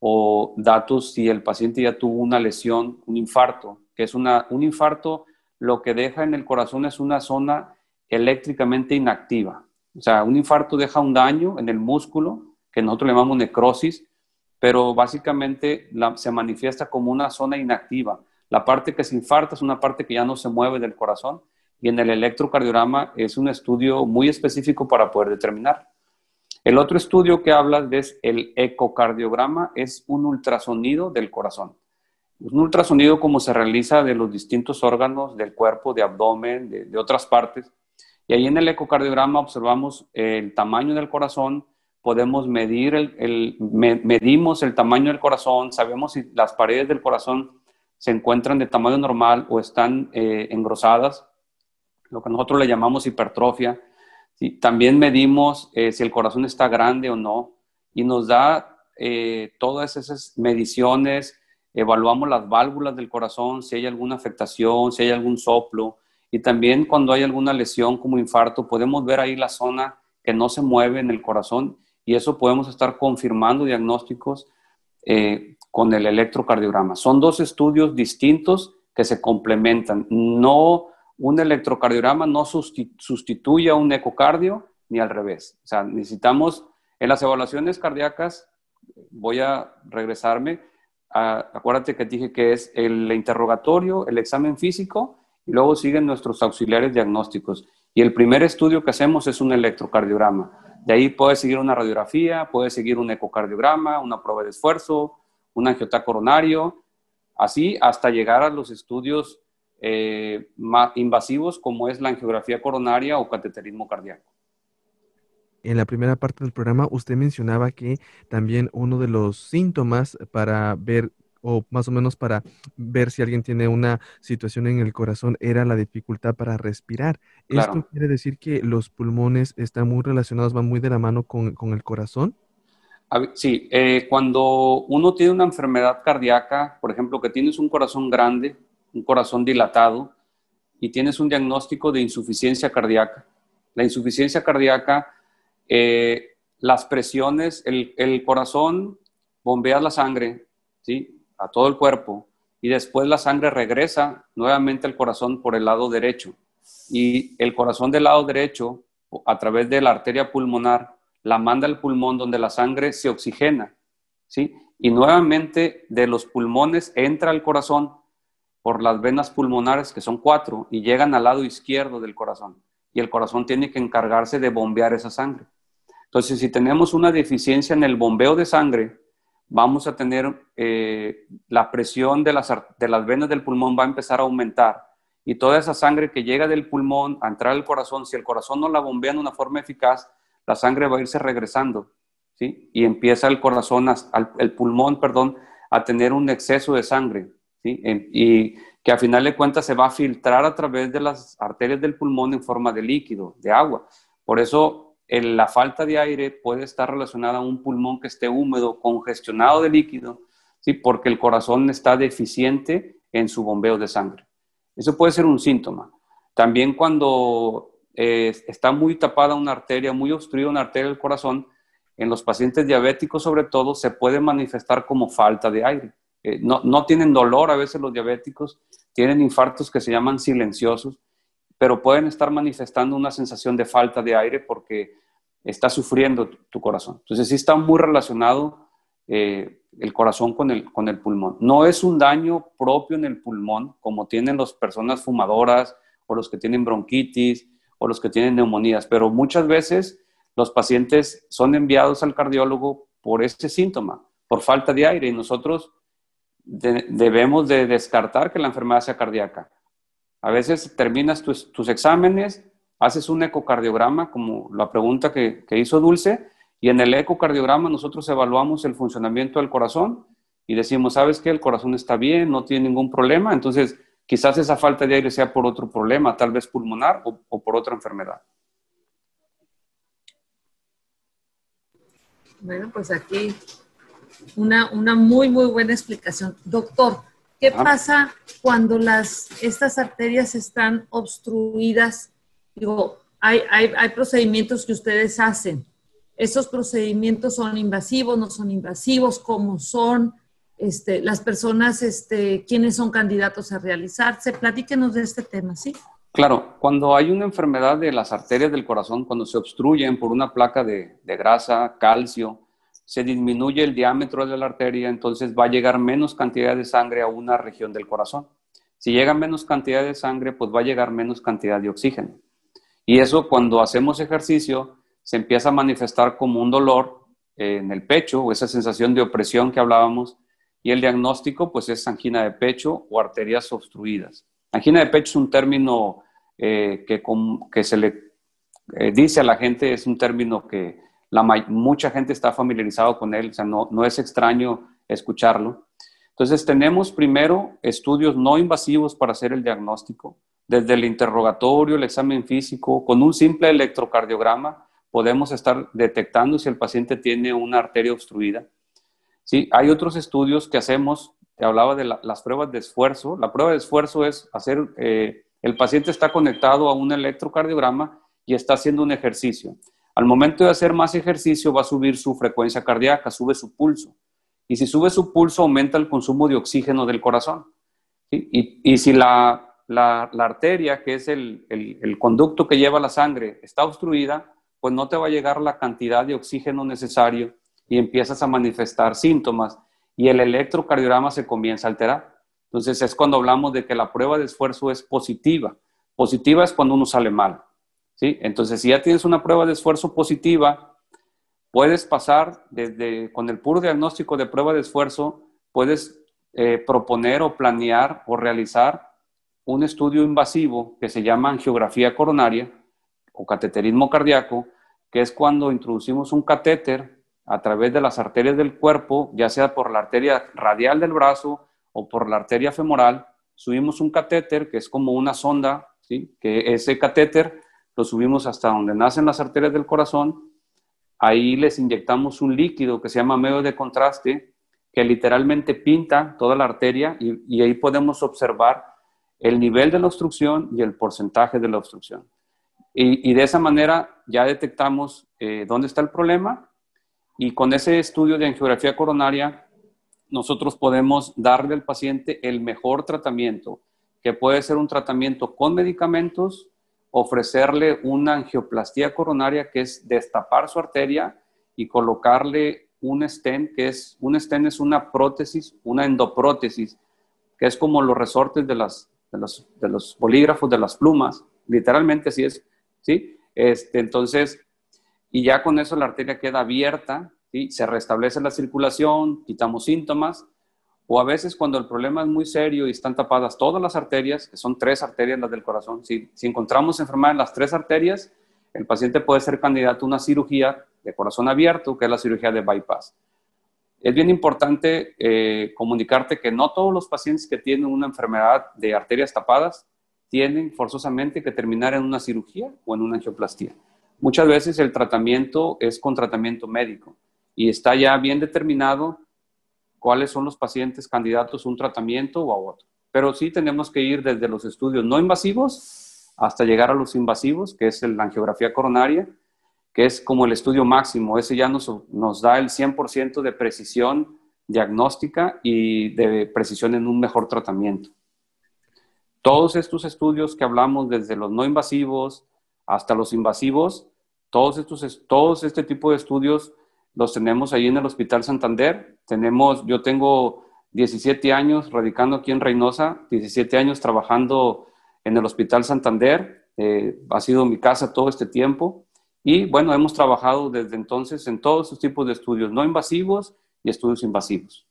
o datos si el paciente ya tuvo una lesión, un infarto, que es una, un infarto, lo que deja en el corazón es una zona eléctricamente inactiva. O sea, un infarto deja un daño en el músculo, que nosotros le llamamos necrosis, pero básicamente la, se manifiesta como una zona inactiva. La parte que se infarta es una parte que ya no se mueve del corazón y en el electrocardiograma es un estudio muy específico para poder determinar. El otro estudio que habla es el ecocardiograma, es un ultrasonido del corazón. Un ultrasonido como se realiza de los distintos órganos del cuerpo, de abdomen, de, de otras partes. Y ahí en el ecocardiograma observamos el tamaño del corazón, podemos medir, el, el, me, medimos el tamaño del corazón, sabemos si las paredes del corazón se encuentran de tamaño normal o están eh, engrosadas, lo que nosotros le llamamos hipertrofia. Sí, también medimos eh, si el corazón está grande o no y nos da eh, todas esas mediciones, evaluamos las válvulas del corazón, si hay alguna afectación, si hay algún soplo y también cuando hay alguna lesión como infarto podemos ver ahí la zona que no se mueve en el corazón y eso podemos estar confirmando diagnósticos eh, con el electrocardiograma. Son dos estudios distintos que se complementan. No... Un electrocardiograma no sustituye a un ecocardio ni al revés. O sea, necesitamos, en las evaluaciones cardíacas, voy a regresarme, a, acuérdate que dije que es el interrogatorio, el examen físico y luego siguen nuestros auxiliares diagnósticos. Y el primer estudio que hacemos es un electrocardiograma. De ahí puede seguir una radiografía, puede seguir un ecocardiograma, una prueba de esfuerzo, un angiotá coronario, así hasta llegar a los estudios Eh, más invasivos como es la angiografía coronaria o cateterismo cardíaco. En la primera parte del programa usted mencionaba que también uno de los síntomas para ver o más o menos para ver si alguien tiene una situación en el corazón era la dificultad para respirar. Claro. ¿Esto quiere decir que los pulmones están muy relacionados, van muy de la mano con, con el corazón? Sí, eh, cuando uno tiene una enfermedad cardíaca, por ejemplo, que tienes un corazón grande, un corazón dilatado y tienes un diagnóstico de insuficiencia cardíaca. La insuficiencia cardíaca, eh, las presiones, el, el corazón bombea la sangre ¿sí? A todo el cuerpo, y después la sangre regresa nuevamente al corazón por el lado derecho. Y el corazón del lado derecho, a través de la arteria pulmonar, la manda al pulmón donde la sangre se oxigena, ¿sí? Y nuevamente de los pulmones entra al corazón por las venas pulmonares, que son cuatro, y llegan al lado izquierdo del corazón. Y el corazón tiene que encargarse de bombear esa sangre. Entonces, si tenemos una deficiencia en el bombeo de sangre, vamos a tener eh, la presión de las, de las venas del pulmón va a empezar a aumentar. Y toda esa sangre que llega del pulmón a entrar al corazón, si el corazón no la bombea de una forma eficaz, la sangre va a irse regresando, ¿sí? Y empieza el corazón, a, el pulmón, perdón, a tener un exceso de sangre, ¿sí? Y que a final de cuentas se va a filtrar a través de las arterias del pulmón en forma de líquido, de agua. Por eso el, la falta de aire puede estar relacionada a un pulmón que esté húmedo, congestionado de líquido, ¿sí? Porque el corazón está deficiente en su bombeo de sangre. Eso puede ser un síntoma. También cuando eh, está muy tapada una arteria, muy obstruida una arteria del corazón, en los pacientes diabéticos sobre todo, se puede manifestar como falta de aire. Eh, no, no tienen dolor a veces los diabéticos, tienen infartos que se llaman silenciosos, pero pueden estar manifestando una sensación de falta de aire porque está sufriendo tu, tu corazón. Entonces sí está muy relacionado eh, el corazón con el, con el pulmón. No es un daño propio en el pulmón, como tienen las personas fumadoras, o los que tienen bronquitis, o los que tienen neumonías, pero muchas veces los pacientes son enviados al cardiólogo por ese síntoma, por falta de aire, y nosotros de, debemos de descartar que la enfermedad sea cardíaca. A veces terminas tus, tus exámenes, haces un ecocardiograma, como la pregunta que, que hizo Dulce, y en el ecocardiograma nosotros evaluamos el funcionamiento del corazón y decimos, ¿sabes qué? El corazón está bien, no tiene ningún problema. Entonces, quizás esa falta de aire sea por otro problema, tal vez pulmonar o, o por otra enfermedad. Bueno, pues aquí una, una muy, muy buena explicación. Doctor, ¿qué ah. pasa cuando las, estas arterias están obstruidas? Digo, hay, hay, hay procedimientos que ustedes hacen. ¿Esos procedimientos son invasivos, no son invasivos? ¿Cómo son? Este, las personas, este, ¿quiénes son candidatos a realizarse? Platíquenos de este tema, ¿sí? Claro, cuando hay una enfermedad de las arterias del corazón, cuando se obstruyen por una placa de, de grasa, calcio, se disminuye el diámetro de la arteria, entonces va a llegar menos cantidad de sangre a una región del corazón. Si llega menos cantidad de sangre, pues va a llegar menos cantidad de oxígeno. Y eso cuando hacemos ejercicio se empieza a manifestar como un dolor en el pecho o esa sensación de opresión que hablábamos, y el diagnóstico pues es angina de pecho o arterias obstruidas. Angina de pecho es un término eh, que, con, que se le eh, dice a la gente, es un término que la, mucha gente está familiarizado con él, o sea, no, no es extraño escucharlo. Entonces tenemos primero estudios no invasivos para hacer el diagnóstico, desde el interrogatorio, el examen físico, con un simple electrocardiograma podemos estar detectando si el paciente tiene una arteria obstruida. Sí, hay otros estudios que hacemos, te hablaba de la, las pruebas de esfuerzo. La prueba de esfuerzo es hacer, eh, el paciente está conectado a un electrocardiograma y está haciendo un ejercicio. Al momento de hacer más ejercicio va a subir su frecuencia cardíaca, sube su pulso. Y si sube su pulso, aumenta el consumo de oxígeno del corazón. ¿Sí? Y, y si la, la, la arteria, que es el, el, el conducto que lleva la sangre, está obstruida, pues no te va a llegar la cantidad de oxígeno necesario y empiezas a manifestar síntomas y el electrocardiograma se comienza a alterar. Entonces es cuando hablamos de que la prueba de esfuerzo es positiva. Positiva es cuando uno sale mal, ¿sí? Entonces si ya tienes una prueba de esfuerzo positiva, puedes pasar desde, con el puro diagnóstico de prueba de esfuerzo, puedes eh, proponer o planear o realizar un estudio invasivo que se llama angiografía coronaria o cateterismo cardíaco, que es cuando introducimos un catéter a través de las arterias del cuerpo, ya sea por la arteria radial del brazo o por la arteria femoral, subimos un catéter que es como una sonda, ¿sí? Que ese catéter lo subimos hasta donde nacen las arterias del corazón, ahí les inyectamos un líquido que se llama medio de contraste, que literalmente pinta toda la arteria y, y ahí podemos observar el nivel de la obstrucción y el porcentaje de la obstrucción. Y, y de esa manera ya detectamos eh, dónde está el problema y con ese estudio de angiografía coronaria nosotros podemos darle al paciente el mejor tratamiento, que puede ser un tratamiento con medicamentos, ofrecerle una angioplastía coronaria, que es destapar su arteria y colocarle un stent, que es, un stent es una prótesis, una endoprótesis, que es como los resortes de, las, de, los, de los bolígrafos, de las plumas, literalmente así es, ¿sí? Este, entonces, y ya con eso la arteria queda abierta, ¿sí? Se restablece la circulación, quitamos síntomas, o a veces cuando el problema es muy serio y están tapadas todas las arterias, que son tres arterias las del corazón, si, si encontramos enfermedad en las tres arterias, el paciente puede ser candidato a una cirugía de corazón abierto, que es la cirugía de bypass. Es bien importante eh, comunicarte que no todos los pacientes que tienen una enfermedad de arterias tapadas tienen forzosamente que terminar en una cirugía o en una angioplastía. Muchas veces el tratamiento es con tratamiento médico y está ya bien determinado cuáles son los pacientes candidatos a un tratamiento o a otro. Pero sí tenemos que ir desde los estudios no invasivos hasta llegar a los invasivos, que es la angiografía coronaria, que es como el estudio máximo. Ese ya nos, nos da el cien por ciento de precisión diagnóstica y de precisión en un mejor tratamiento. Todos estos estudios que hablamos, desde los no invasivos hasta los invasivos, todos, estos, todos este tipo de estudios los tenemos ahí en el Hospital Santander. Tenemos, yo tengo diecisiete años radicando aquí en Reynosa, diecisiete años trabajando en el Hospital Santander. Eh, ha sido mi casa todo este tiempo. Y bueno, hemos trabajado desde entonces en todos estos tipos de estudios no invasivos y estudios invasivos.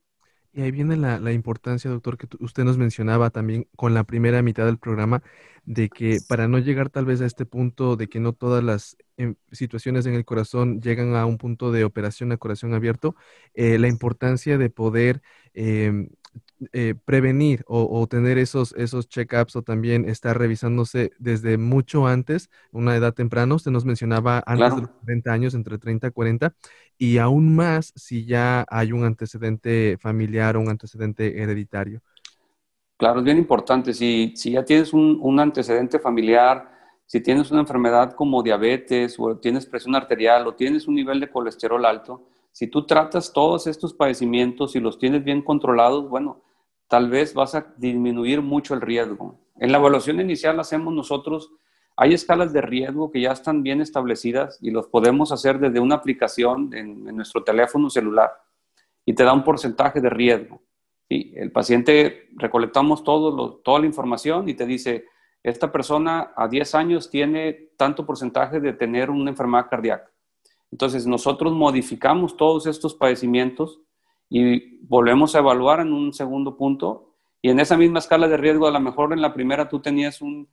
Y ahí viene la, la importancia, doctor, que tu- usted nos mencionaba también con la primera mitad del programa, de que para no llegar tal vez a este punto de que no todas las em, situaciones en el corazón llegan a un punto de operación a corazón abierto, eh, la importancia de poder em, eh, prevenir o, o tener esos, esos check-ups o también estar revisándose desde mucho antes, una edad temprana. Usted nos mencionaba antes de los Claro, cuarenta años, entre treinta y cuarenta, y aún más si ya hay un antecedente familiar o un antecedente hereditario. claro, es bien importante. Si, si ya tienes un, un antecedente familiar, si tienes una enfermedad como diabetes o tienes presión arterial o tienes un nivel de colesterol alto, si tú tratas todos estos padecimientos y los tienes bien controlados, bueno, tal vez vas a disminuir mucho el riesgo. En la evaluación inicial hacemos nosotros, hay escalas de riesgo que ya están bien establecidas y los podemos hacer desde una aplicación en, en nuestro teléfono celular y te da un porcentaje de riesgo. ¿Sí? El paciente, recolectamos todo lo, toda la información y te dice, esta persona a diez años tiene tanto porcentaje de tener una enfermedad cardíaca. Entonces nosotros modificamos todos estos padecimientos y volvemos a evaluar en un segundo punto y en esa misma escala de riesgo, a lo mejor en la primera tú tenías un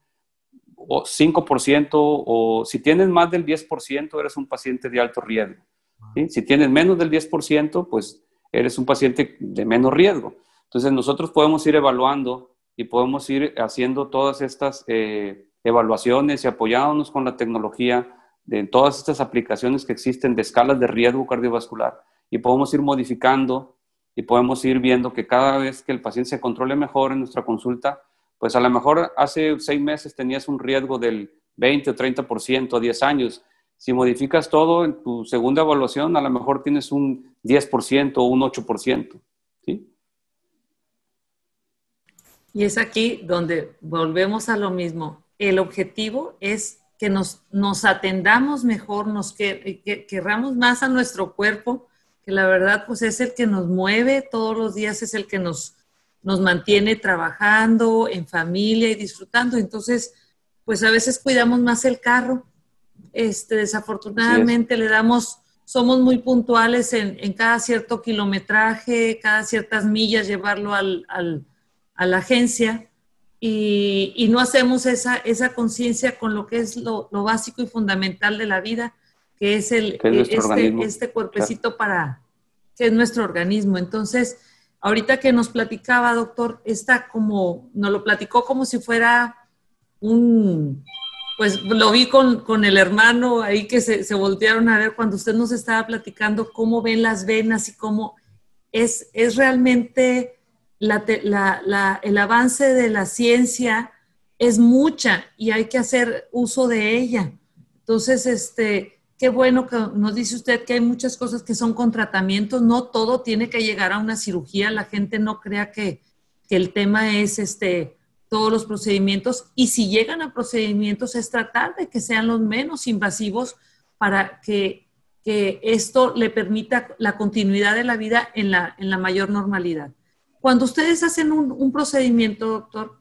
cinco por ciento o si tienes más del diez por ciento eres un paciente de alto riesgo. ¿Sí? Si tienes menos del diez por ciento, pues eres un paciente de menos riesgo. Entonces nosotros podemos ir evaluando y podemos ir haciendo todas estas eh, evaluaciones y apoyándonos con la tecnología de todas estas aplicaciones que existen de escalas de riesgo cardiovascular y podemos ir modificando y podemos ir viendo que cada vez que el paciente se controle mejor en nuestra consulta, pues a lo mejor hace seis meses tenías un riesgo del veinte o treinta por ciento a diez años. Si modificas todo en tu segunda evaluación, a lo mejor tienes un diez por ciento o un ocho por ciento. ¿Sí? Y es aquí donde volvemos a lo mismo. El objetivo es que nos, nos atendamos mejor, nos que, que, querramos más a nuestro cuerpo, que la verdad pues es el que nos mueve todos los días, es el que nos, nos mantiene trabajando en familia y disfrutando. Entonces, pues a veces cuidamos más el carro. Este, desafortunadamente le damos, somos muy puntuales en, en cada cierto kilometraje, cada ciertas millas, llevarlo al, al, a la agencia y, y no hacemos esa, esa conciencia con lo que es lo, lo básico y fundamental de la vida, que es el, que es este, este cuerpecito, claro, para, que es nuestro organismo. Entonces, ahorita que nos platicaba, doctor, está como, nos lo platicó como si fuera un... Pues lo vi con, con el hermano ahí que se, se voltearon a ver cuando usted nos estaba platicando cómo ven las venas y cómo es, es realmente la, la, la, el avance de la ciencia es mucha y hay que hacer uso de ella. Entonces, este, ¿qué qué bueno que nos dice usted que hay muchas cosas que son con tratamientos, no todo tiene que llegar a una cirugía, la gente no crea que, que el tema es este, todos los procedimientos, y si llegan a procedimientos es tratar de que sean los menos invasivos para que, que esto le permita la continuidad de la vida en la, en la mayor normalidad. Cuando ustedes hacen un, un procedimiento, doctor,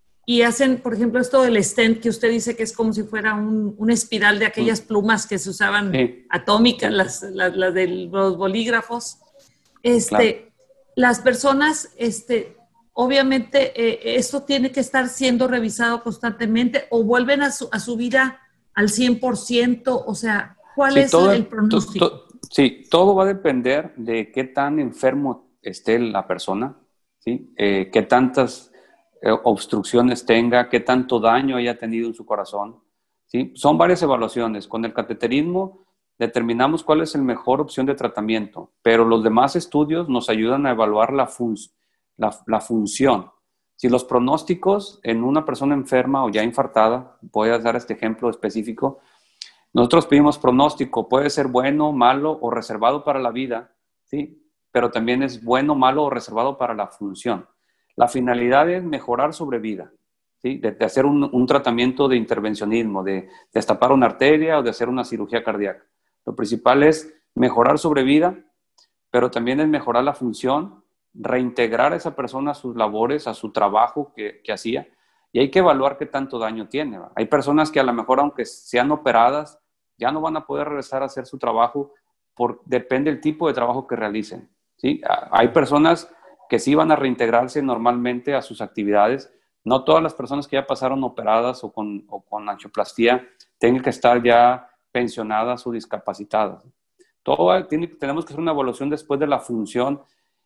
y hacen, por ejemplo, esto del stent, que usted dice que es como si fuera un, una espiral de aquellas plumas que se usaban sí. atómicas, las, las, las de los bolígrafos. Este, claro. Las personas, este, obviamente, eh, esto tiene que estar siendo revisado constantemente o vuelven a su, a su vida al cien por ciento. O sea, ¿cuál sí, es todo, el pronóstico? To, to, sí, todo va a depender de qué tan enfermo esté la persona, ¿sí? Eh, qué tantas obstrucciones tenga, qué tanto daño haya tenido en su corazón, ¿sí? Son varias evaluaciones. Con el cateterismo determinamos cuál es la mejor opción de tratamiento, pero los demás estudios nos ayudan a evaluar la, fun la, la función. Si los pronósticos en una persona enferma o ya infartada, voy a dar este ejemplo específico, nosotros pedimos pronóstico, puede ser bueno, malo o reservado para la vida, ¿sí? Pero también es bueno, malo o reservado para la función. La finalidad es mejorar sobre vida, ¿sí? de, de hacer un, un tratamiento de intervencionismo, de, de destapar una arteria o de hacer una cirugía cardíaca. Lo principal es mejorar sobre vida, pero también es mejorar la función, reintegrar a esa persona a sus labores, a su trabajo que, que hacía, y hay que evaluar qué tanto daño tiene, ¿va? Hay personas que a lo mejor, aunque sean operadas, ya no van a poder regresar a hacer su trabajo, por, depende del tipo de trabajo que realicen, ¿sí? Hay personas que sí van a reintegrarse normalmente a sus actividades. No todas las personas que ya pasaron operadas o con, o con angioplastía tienen que estar ya pensionadas o discapacitadas. Todo tiene, tenemos que hacer una evaluación después de la función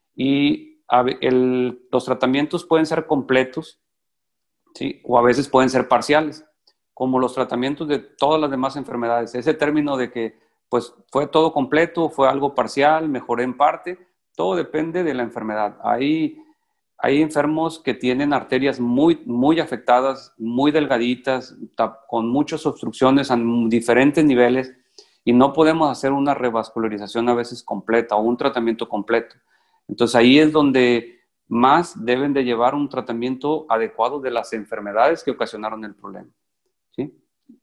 y a, el, los tratamientos pueden ser completos, ¿sí? O a veces pueden ser parciales, como los tratamientos de todas las demás enfermedades. Ese término de que pues, fue todo completo, fue algo parcial, mejoré en parte, todo depende de la enfermedad. Hay, hay enfermos que tienen arterias muy, muy afectadas, muy delgaditas, con muchas obstrucciones a diferentes niveles, y no podemos hacer una revascularización a veces completa o un tratamiento completo. Entonces ahí es donde más deben de llevar un tratamiento adecuado de las enfermedades que ocasionaron el problema, ¿sí?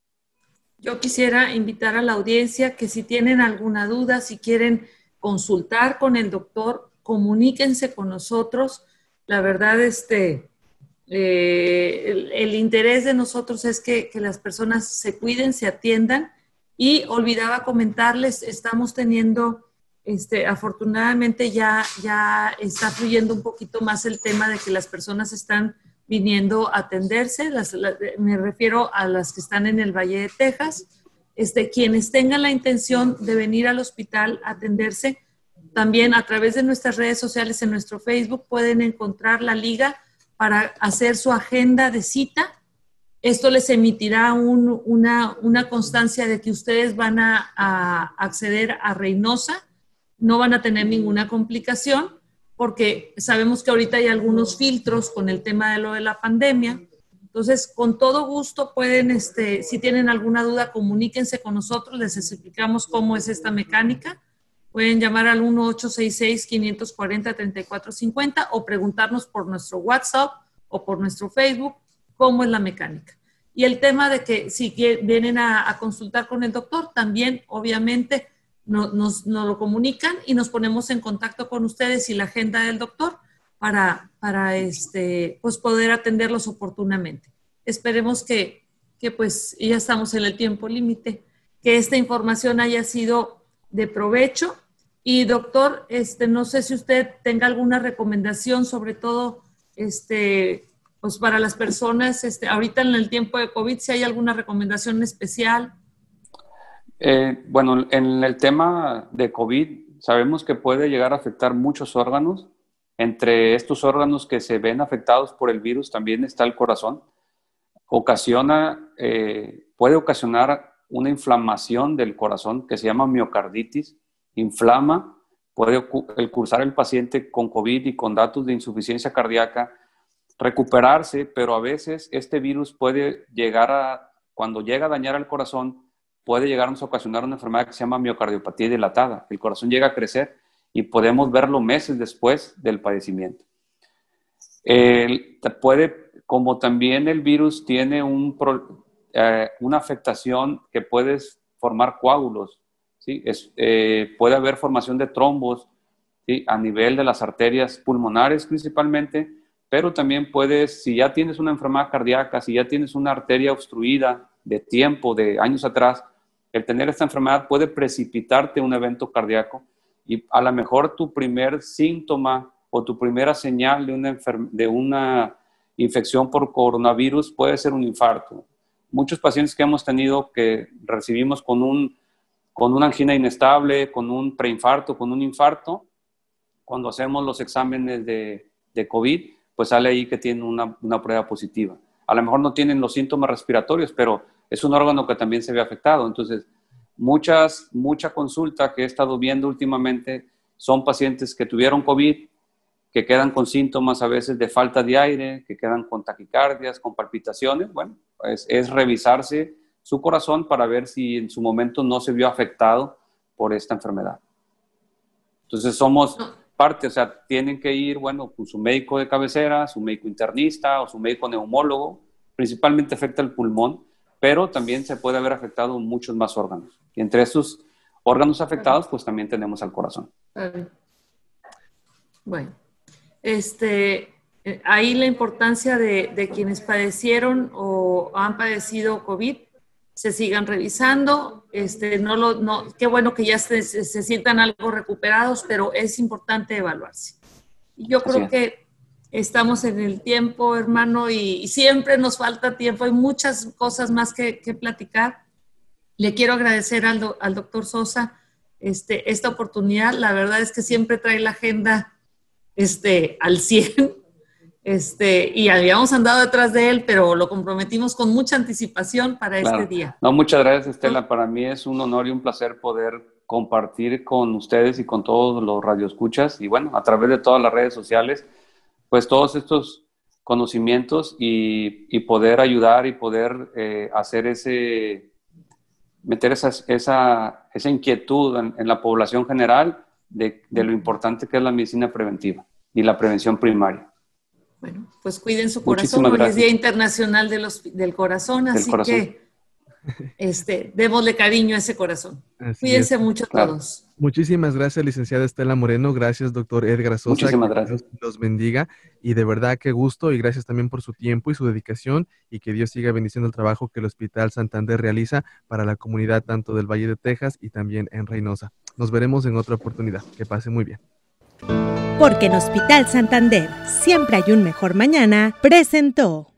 Yo quisiera invitar a la audiencia que si tienen alguna duda, si quieren consultar con el doctor, comuníquense con nosotros. La verdad, este, eh, el, el interés de nosotros es que, que las personas se cuiden, se atiendan. Y olvidaba comentarles, estamos teniendo, este, afortunadamente ya, ya está fluyendo un poquito más el tema de que las personas están viniendo a atenderse. Las, la, me refiero a las que están en el Valle de Texas. Este, quienes tengan la intención de venir al hospital a atenderse, también a través de nuestras redes sociales, en nuestro Facebook, pueden encontrar la liga para hacer su agenda de cita. Esto les emitirá un, una, una constancia de que ustedes van a, a acceder a Reynosa, no van a tener ninguna complicación, porque sabemos que ahorita hay algunos filtros con el tema de lo de la pandemia. Entonces, con todo gusto pueden, este, si tienen alguna duda, comuníquense con nosotros, les explicamos cómo es esta mecánica. Pueden llamar al uno ocho seis seis, cinco cuatro cero, tres cuatro cinco cero o preguntarnos por nuestro WhatsApp o por nuestro Facebook cómo es la mecánica. Y el tema de que si vienen a, a consultar con el doctor, también obviamente no, nos, nos lo comunican y nos ponemos en contacto con ustedes y la agenda del doctor para, para este, pues poder atenderlos oportunamente. Esperemos que, que pues ya estamos en el tiempo límite, que esta información haya sido de provecho. Y doctor, este, no sé si usted tenga alguna recomendación, sobre todo este, pues para las personas, este, ahorita en el tiempo de COVID, si hay alguna recomendación especial. Eh, bueno, en el tema de COVID, sabemos que puede llegar a afectar muchos órganos. Entre estos órganos que se ven afectados por el virus también está el corazón. Ocasiona, eh, puede ocasionar una inflamación del corazón que se llama miocarditis. Inflama, puede el cursar el paciente con COVID y con datos de insuficiencia cardíaca, recuperarse, pero a veces este virus puede llegar a, cuando llega a dañar al corazón, puede llegarnos a ocasionar una enfermedad que se llama miocardiopatía dilatada. El corazón llega a crecer y podemos verlo meses después del padecimiento. El, puede, como también el virus tiene un, eh, una afectación que puede formar coágulos, ¿sí? Es, eh, puede haber formación de trombos, ¿sí? A nivel de las arterias pulmonares principalmente, pero también puedes, si ya tienes una enfermedad cardíaca, si ya tienes una arteria obstruida de tiempo, de años atrás, el tener esta enfermedad puede precipitarte un evento cardíaco y a lo mejor tu primer síntoma o tu primera señal de una, de una infección por coronavirus puede ser un infarto. Muchos pacientes que hemos tenido que recibimos con, un, con una angina inestable, con un preinfarto, con un infarto, cuando hacemos los exámenes de, de COVID, pues sale ahí que tienen una, una prueba positiva. A lo mejor no tienen los síntomas respiratorios, pero es un órgano que también se ve afectado. Entonces, muchas, mucha consulta que he estado viendo últimamente son pacientes que tuvieron COVID, que quedan con síntomas a veces de falta de aire, que quedan con taquicardias, con palpitaciones. Bueno, es, es revisarse su corazón para ver si en su momento no se vio afectado por esta enfermedad. Entonces, somos parte, o sea, tienen que ir, bueno, con su médico de cabecera, su médico internista o su médico neumólogo. Principalmente afecta el pulmón, pero también se puede haber afectado muchos más órganos. Y entre esos órganos afectados, pues también tenemos al corazón. Bueno, este, ahí la importancia de, de quienes padecieron o han padecido COVID, se sigan revisando. Este, no lo, no, qué bueno que ya se, se, se sientan algo recuperados, pero es importante evaluarse. Y yo creo que estamos en el tiempo, hermano, y, y siempre nos falta tiempo. Hay muchas cosas más que, que platicar. Le quiero agradecer al, do, al doctor Sosa este, esta oportunidad. La verdad es que siempre trae la agenda este, al cien. Este, y habíamos andado detrás de él, pero lo comprometimos con mucha anticipación para claro. este día. No, muchas gracias, Estela. Para mí es un honor y un placer poder compartir con ustedes y con todos los radioescuchas y bueno, a través de todas las redes sociales, pues todos estos conocimientos y, y poder ayudar y poder eh, hacer ese, meter esa, esa, esa inquietud en, en la población general de, de lo importante que es la medicina preventiva y la prevención primaria. Bueno, pues cuiden su corazón. Hoy es Día Internacional de los, del Corazón, así corazón. que este, démosle cariño a ese corazón. Así Cuídense es. mucho claro. todos. Muchísimas gracias, licenciada Estela Moreno. Gracias, doctor Edgar Sosa. Muchísimas gracias. Dios los bendiga. Y de verdad, qué gusto y gracias también por su tiempo y su dedicación y que Dios siga bendiciendo el trabajo que el Hospital Santander realiza para la comunidad tanto del Valle de Texas y también en Reynosa. Nos veremos en otra oportunidad. Que pase muy bien. Porque en Hospital Santander siempre hay un mejor mañana, presentó.